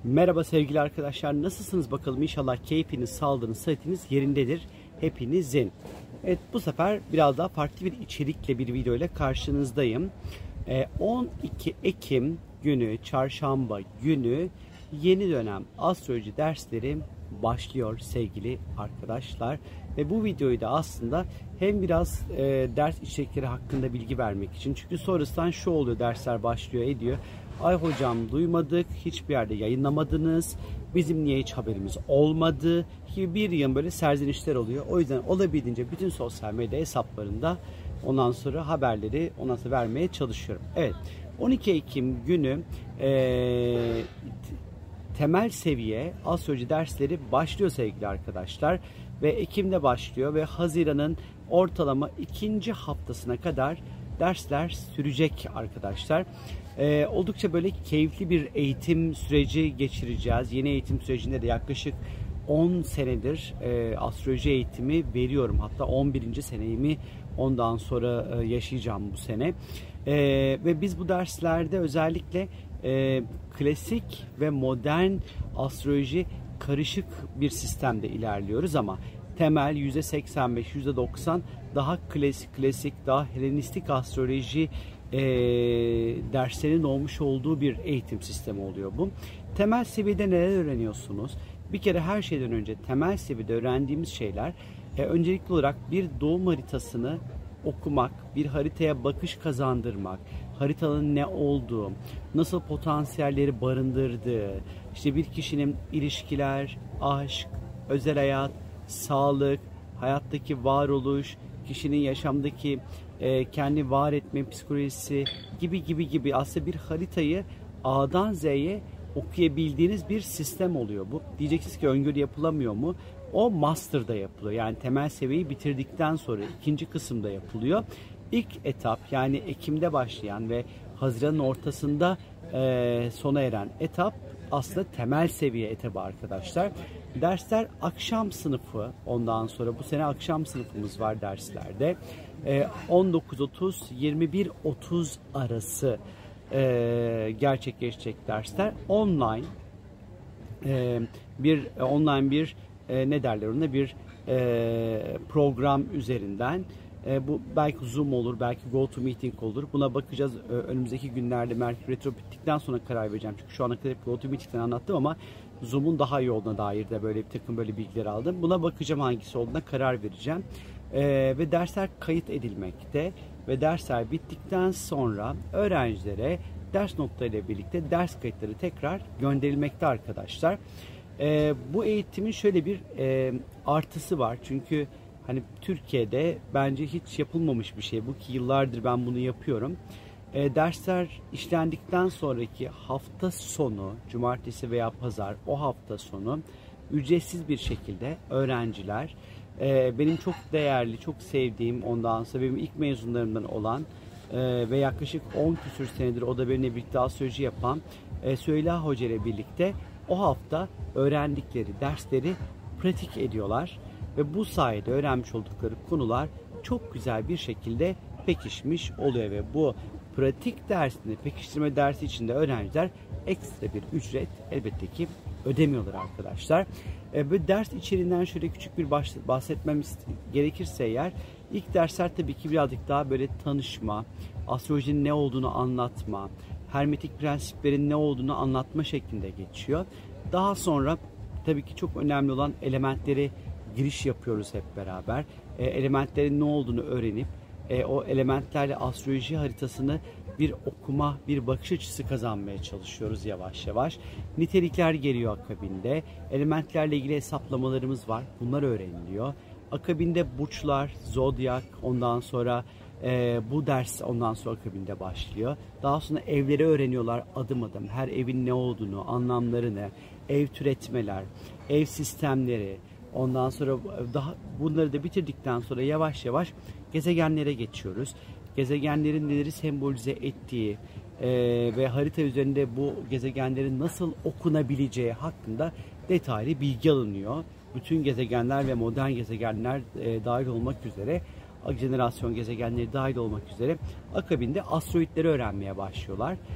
Merhaba sevgili arkadaşlar, nasılsınız bakalım? İnşallah keyfiniz, sağlığınız, sıhhatiniz yerindedir hepinizin. Evet, bu sefer biraz daha farklı bir içerikle bir video ile karşınızdayım. 12 Ekim günü, çarşamba günü yeni dönem astroloji derslerim başlıyor sevgili arkadaşlar. Ve bu videoyu da aslında hem biraz ders içerikleri hakkında bilgi vermek için, çünkü sonrasında şu oluyor, dersler başlıyor ediyor. Ay hocam duymadık, hiçbir yerde yayınlamadınız, bizim niye hiç haberimiz olmadı gibi bir yığın böyle serzenişler oluyor. O yüzden olabildiğince bütün sosyal medya hesaplarında ondan sonra haberleri vermeye çalışıyorum. Evet, 12 Ekim günü temel seviye astroloji dersleri başlıyor sevgili arkadaşlar. Ve Ekim'de başlıyor ve Haziran'ın ortalama ikinci haftasına kadar dersler sürecek arkadaşlar. Oldukça böyle keyifli bir eğitim süreci geçireceğiz. Yeni eğitim sürecinde de yaklaşık 10 senedir astroloji eğitimi veriyorum. Hatta 11. senemi ondan sonra yaşayacağım bu sene. Ve biz bu derslerde özellikle klasik ve modern astroloji karışık bir sistemde ilerliyoruz ama temel %85, %90 daha klasik, daha Helenistik astroloji derslerin olmuş olduğu bir eğitim sistemi oluyor bu. Temel seviyede neler öğreniyorsunuz? Bir kere her şeyden önce temel seviyede öğrendiğimiz şeyler öncelikli olarak bir doğum haritasını okumak, bir haritaya bakış kazandırmak, haritanın ne olduğu, nasıl potansiyelleri barındırdığı, işte bir kişinin ilişkiler, aşk, özel hayat, sağlık, hayattaki varoluş, kişinin yaşamdaki kendi var etme psikolojisi gibi aslında bir haritayı A'dan Z'ye okuyabildiğiniz bir sistem oluyor bu. Diyeceksiniz ki öngörü yapılamıyor mu? O master'da yapılıyor. Yani temel seviyeyi bitirdikten sonra ikinci kısımda yapılıyor. İlk etap, yani Ekim'de başlayan ve Haziran'ın ortasında sona eren etap aslında temel seviye etabı arkadaşlar. Dersler akşam sınıfı, ondan sonra bu sene akşam sınıfımız var derslerde. 19.30-21.30 arası gerçekleşecek dersler. Online bir ne derler ona, bir program üzerinden. Bu belki Zoom olur, belki GoToMeeting olur. Buna bakacağız. Önümüzdeki günlerde Merkür Retro bittikten sonra karar vereceğim. Çünkü şu ana kadar hep GoToMeeting'den anlattım ama Zoom'un daha iyi olduğuna dair de böyle bir takım böyle bilgiler aldım. Buna bakacağım, hangisi olduğuna karar vereceğim. Ve dersler kayıt edilmekte ve dersler bittikten sonra öğrencilere ders notlarıyla birlikte ders kayıtları tekrar gönderilmekte arkadaşlar. Bu eğitimin şöyle bir artısı var. Çünkü hani Türkiye'de bence hiç yapılmamış bir şey bu, ki yıllardır ben bunu yapıyorum. Dersler işlendikten sonraki hafta sonu, cumartesi veya pazar, o hafta sonu ücretsiz bir şekilde öğrenciler, benim çok değerli, çok sevdiğim, ondan sonra benim ilk mezunlarımdan olan ve yaklaşık 10 küsür senedir o da benimle birlikte astroloji yapan Süheyla Hoca ile birlikte o hafta öğrendikleri dersleri pratik ediyorlar. Ve bu sayede öğrenmiş oldukları konular çok güzel bir şekilde pekişmiş oluyor ve bu pratik dersini, pekiştirme dersi içinde öğrenciler ekstra bir ücret elbette ki ödemiyorlar arkadaşlar. Böyle ders içeriğinden şöyle küçük bir bahsetmemiz gerekirse eğer, ilk dersler tabii ki birazcık daha böyle tanışma, astrolojinin ne olduğunu anlatma, hermetik prensiplerin ne olduğunu anlatma şeklinde geçiyor. Daha sonra tabii ki çok önemli olan elementleri giriş yapıyoruz hep beraber. Elementlerin ne olduğunu öğrenip o elementlerle astroloji haritasını bir okuma, bir bakış açısı kazanmaya çalışıyoruz yavaş yavaş. Nitelikler geliyor akabinde. Elementlerle ilgili hesaplamalarımız var. Bunlar öğreniliyor. Akabinde burçlar, zodyak, ondan sonra bu ders ondan sonra akabinde başlıyor. Daha sonra evleri öğreniyorlar adım adım. Her evin ne olduğunu, anlamlarını, ev türetmeler, ev sistemleri. Ondan sonra daha bunları da bitirdikten sonra yavaş yavaş gezegenlere geçiyoruz. Gezegenlerin neleri sembolize ettiği ve harita üzerinde bu gezegenlerin nasıl okunabileceği hakkında detaylı bilgi alınıyor. Bütün gezegenler ve modern gezegenler dahil olmak üzere, jenerasyon gezegenleri dahil olmak üzere akabinde asteroidleri öğrenmeye başlıyorlar.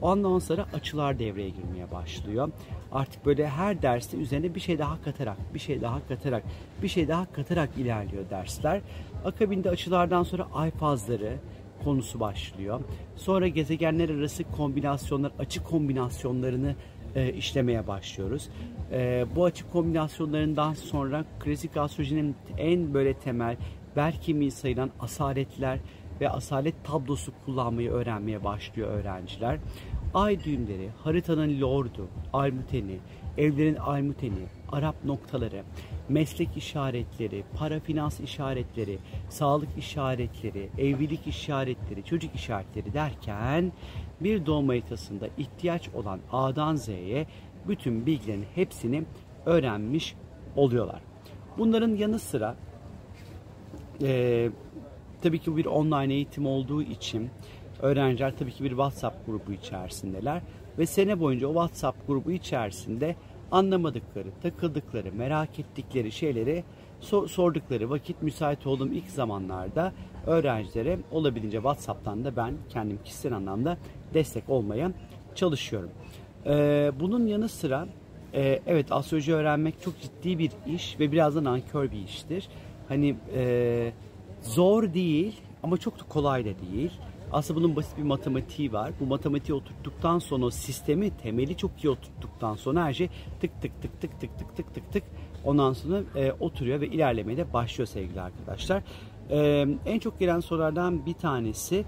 Ondan sonra açılar devreye girmeye başlıyor. Artık böyle her derste üzerine bir şey daha katarak, bir şey daha katarak, bir şey daha katarak ilerliyor dersler. Akabinde açılardan sonra ay fazları konusu başlıyor. Sonra gezegenler arası kombinasyonlar, açı kombinasyonlarını işlemeye başlıyoruz. Bu açı kombinasyonlarından sonra klasik astrolojinin en böyle temel, belki sayılan asaletler ve asalet tablosu kullanmayı öğrenmeye başlıyor öğrenciler. Ay düğümleri, haritanın lordu, almuteni, evlerin almuteni, Arap noktaları, meslek işaretleri, para finans işaretleri, sağlık işaretleri, evlilik işaretleri, çocuk işaretleri derken bir doğum haritasında ihtiyaç olan A'dan Z'ye bütün bilgilerin hepsini öğrenmiş oluyorlar. Bunların yanı sıra tabii ki bir online eğitim olduğu için öğrenciler tabii ki bir WhatsApp grubu içerisindeler ve sene boyunca o WhatsApp grubu içerisinde anlamadıkları, takıldıkları, merak ettikleri şeyleri sordukları vakit, müsait olduğum ilk zamanlarda öğrencilere olabildiğince WhatsApp'tan da ben kendim kişisel anlamda destek olmaya çalışıyorum. Bunun yanı sıra evet, astroloji öğrenmek çok ciddi bir iş ve biraz da nankör bir iştir. Hani zor değil ama çok da kolay da değil. Aslında bunun basit bir matematiği var. Bu matematiği oturttuktan sonra, sistemi, temeli çok iyi oturttuktan sonra her şey tık tık tık tık tık tık tık tık tık ondan sonra oturuyor ve ilerlemeye de başlıyor sevgili arkadaşlar. En çok gelen sorulardan bir tanesi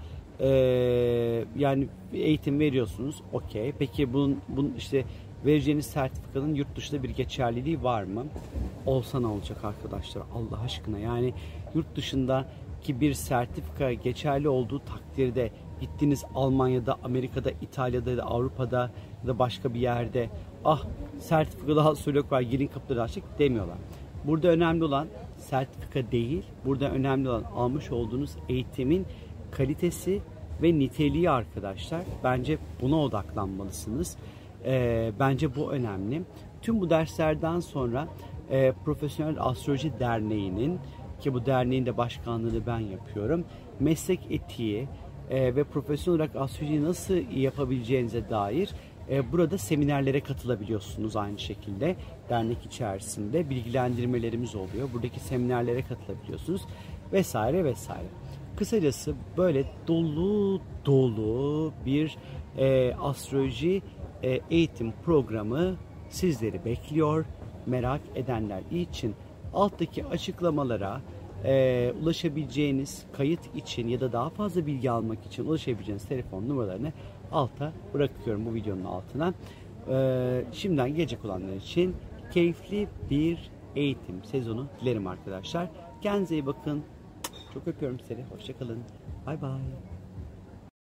yani eğitim veriyorsunuz. Okey. Peki bunun işte vereceğiniz sertifikanın yurt dışında bir geçerliliği var mı? Olsa ne olacak arkadaşlar? Allah aşkına, yani yurt dışındaki bir sertifika geçerli olduğu takdirde gittiniz Almanya'da, Amerika'da, İtalya'da ya da Avrupa'da ya da başka bir yerde sertifika daha söylüyor var, gelin kapıları açık demiyorlar. Burada önemli olan sertifika değil, burada önemli olan almış olduğunuz eğitimin kalitesi ve niteliği arkadaşlar. Bence buna odaklanmalısınız. Bence bu önemli. Tüm bu derslerden sonra Profesyonel Astroloji Derneği'nin, ki bu derneğin de başkanlığını ben yapıyorum, meslek etiği ve profesyonel olarak astrolojiyi nasıl yapabileceğinize dair burada seminerlere katılabiliyorsunuz. Aynı şekilde dernek içerisinde bilgilendirmelerimiz oluyor. Buradaki seminerlere katılabiliyorsunuz vesaire vesaire. Kısacası böyle dolu dolu bir astroloji eğitim programı sizleri bekliyor. Merak edenler için alttaki açıklamalara ulaşabileceğiniz kayıt için ya da daha fazla bilgi almak için ulaşabileceğiniz telefon numaralarını alta bırakıyorum, bu videonun altına. Şimdiden gelecek olanlar için keyifli bir eğitim sezonu dilerim arkadaşlar. Kendinize iyi bakın. Çok öpüyorum sizi. Hoşça kalın. Bay bay.